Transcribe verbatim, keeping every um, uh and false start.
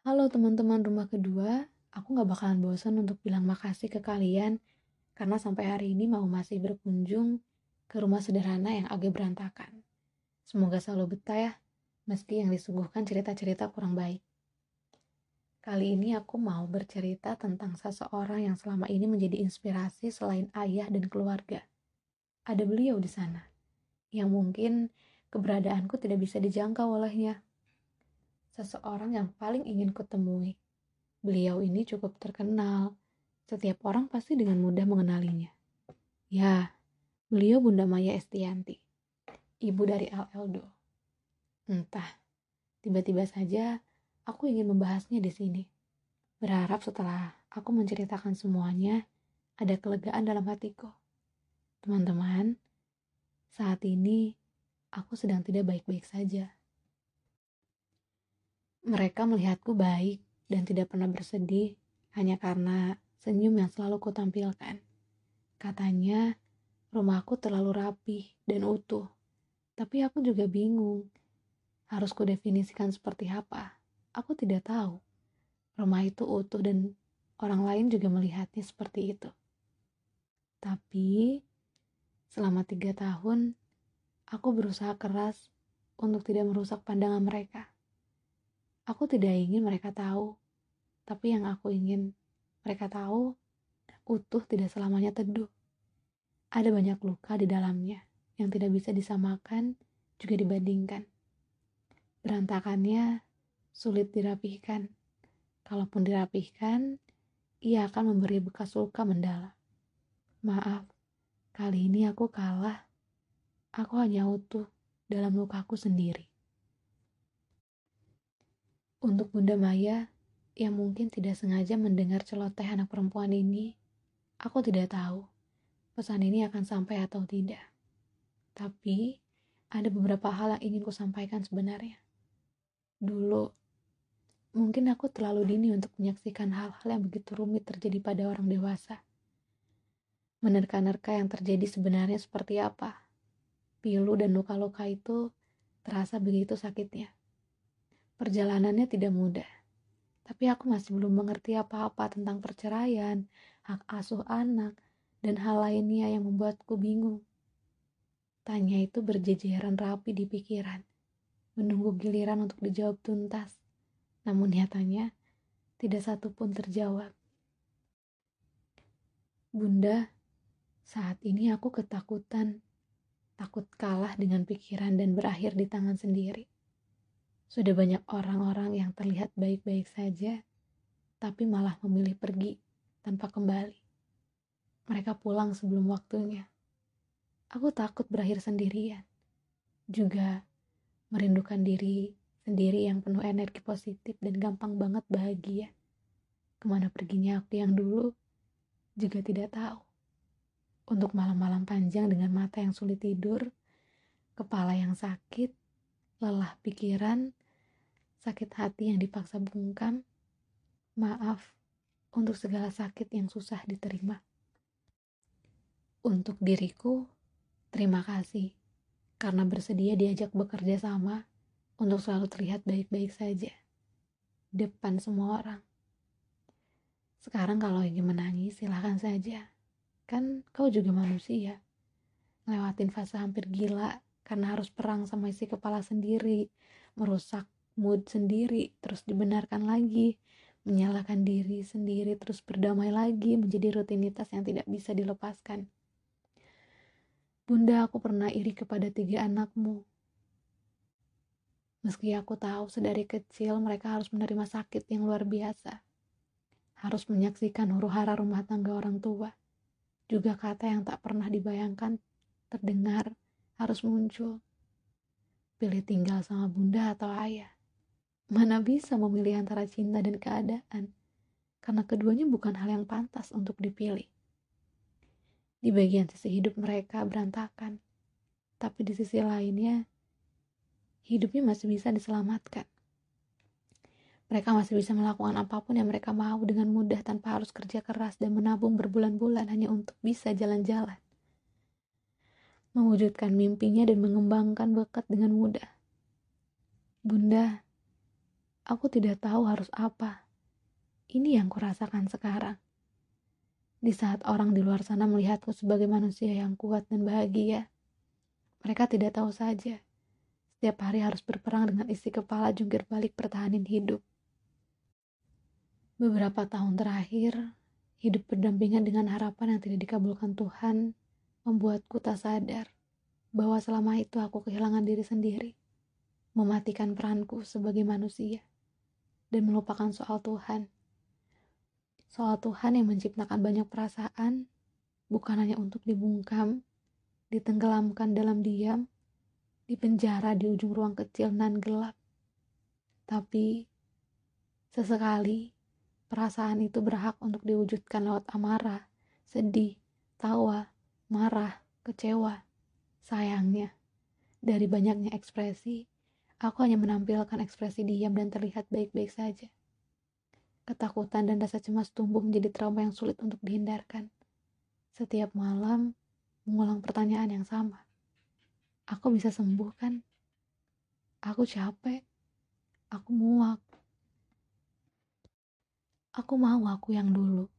Halo teman-teman rumah kedua, aku gak bakalan bosan untuk bilang makasih ke kalian karena sampai hari ini mau masih berkunjung ke rumah sederhana yang agak berantakan. Semoga selalu betah ya, meski yang disuguhkan cerita-cerita kurang baik. Kali ini aku mau bercerita tentang seseorang yang selama ini menjadi inspirasi selain ayah dan keluarga. Ada beliau di sana, yang mungkin keberadaanku tidak bisa dijangkau olehnya. Seseorang yang paling ingin kutemui. Beliau ini cukup terkenal. Setiap orang pasti dengan mudah mengenalinya. Ya, beliau Bunda Maya Estianty, ibu dari Al Eldo. Entah, tiba-tiba saja aku ingin membahasnya di sini. Berharap setelah aku menceritakan semuanya, ada kelegaan dalam hatiku. Teman-teman, saat ini aku sedang tidak baik-baik saja. Mereka melihatku baik dan tidak pernah bersedih hanya karena senyum yang selalu kutampilkan. Katanya, rumahku terlalu rapih dan utuh. Tapi aku juga bingung. Harus kudefinisikan seperti apa? Aku tidak tahu. Rumah itu utuh dan orang lain juga melihatnya seperti itu. Tapi, selama tiga tahun, aku berusaha keras untuk tidak merusak pandangan mereka. Aku tidak ingin mereka tahu, tapi yang aku ingin mereka tahu, utuh tidak selamanya teduh. Ada banyak luka di dalamnya yang tidak bisa disamakan juga dibandingkan. Berantakannya sulit dirapihkan. Kalaupun dirapihkan, ia akan memberi bekas luka mendalam. Maaf, kali ini aku kalah. Aku hanya utuh dalam lukaku sendiri. Untuk Bunda Maya yang mungkin tidak sengaja mendengar celoteh anak perempuan ini, aku tidak tahu pesan ini akan sampai atau tidak. Tapi, ada beberapa hal yang ingin ku sampaikan sebenarnya. Dulu, mungkin aku terlalu dini untuk menyaksikan hal-hal yang begitu rumit terjadi pada orang dewasa. Menerka-nerka yang terjadi sebenarnya seperti apa. Pilu dan luka-luka itu terasa begitu sakitnya. Perjalanannya tidak mudah. Tapi aku masih belum mengerti apa-apa tentang perceraian, hak asuh anak, dan hal lainnya yang membuatku bingung. Tanya itu berjejeran rapi di pikiran, menunggu giliran untuk dijawab tuntas. Namun nyatanya, tidak satu pun terjawab. Bunda, saat ini aku ketakutan. Takut kalah dengan pikiran dan berakhir di tangan sendiri. Sudah banyak orang-orang yang terlihat baik-baik saja, tapi malah memilih pergi tanpa kembali. Mereka pulang sebelum waktunya. Aku takut berakhir sendirian. Juga merindukan diri sendiri yang penuh energi positif dan gampang banget bahagia. Kemana perginya aku yang dulu juga tidak tahu. Untuk malam-malam panjang dengan mata yang sulit tidur, kepala yang sakit, lelah pikiran, sakit hati yang dipaksa bungkam, maaf untuk segala sakit yang susah diterima. Untuk diriku, terima kasih karena bersedia diajak bekerja sama untuk selalu terlihat baik-baik saja depan semua orang. Sekarang kalau ingin menangis silahkan saja, kan kau juga manusia. Lewatin fase hampir gila karena harus perang sama isi kepala sendiri, merusak mood sendiri, terus dibenarkan lagi, menyalahkan diri sendiri, terus berdamai lagi menjadi rutinitas yang tidak bisa dilepaskan. Bunda, aku pernah iri kepada tiga anakmu. Meski aku tahu sedari kecil mereka harus menerima sakit yang luar biasa. Harus menyaksikan huru-hara rumah tangga orang tua. Juga kata yang tak pernah dibayangkan terdengar harus muncul. Pilih tinggal sama bunda atau ayah. Mana bisa memilih antara cinta dan keadaan, karena keduanya bukan hal yang pantas untuk dipilih. Di bagian sisi hidup mereka berantakan, tapi di sisi lainnya, hidupnya masih bisa diselamatkan. Mereka masih bisa melakukan apapun yang mereka mau dengan mudah tanpa harus kerja keras dan menabung berbulan-bulan hanya untuk bisa jalan-jalan. Mewujudkan mimpinya dan mengembangkan bakat dengan mudah. Bunda, Aku tidak tahu harus apa. Ini yang kurasakan sekarang. Di saat orang di luar sana melihatku sebagai manusia yang kuat dan bahagia, mereka tidak tahu saja. Setiap hari harus berperang dengan isi kepala jungkir balik pertahanin hidup. Beberapa tahun terakhir, hidup berdampingan dengan harapan yang tidak dikabulkan Tuhan membuatku tak sadar bahwa selama itu aku kehilangan diri sendiri, mematikan peranku sebagai manusia, dan melupakan soal Tuhan. Soal Tuhan yang menciptakan banyak perasaan, bukan hanya untuk dibungkam, ditenggelamkan dalam diam, dipenjara di ujung ruang kecil nan gelap. Tapi, sesekali, perasaan itu berhak untuk diwujudkan lewat amarah, sedih, tawa, marah, kecewa. Sayangnya, dari banyaknya ekspresi, aku hanya menampilkan ekspresi diam dan terlihat baik-baik saja. Ketakutan dan rasa cemas tumbuh menjadi trauma yang sulit untuk dihindarkan. Setiap malam, mengulang pertanyaan yang sama. Aku bisa sembuh kan? Aku capek. Aku muak. Aku mau aku yang dulu.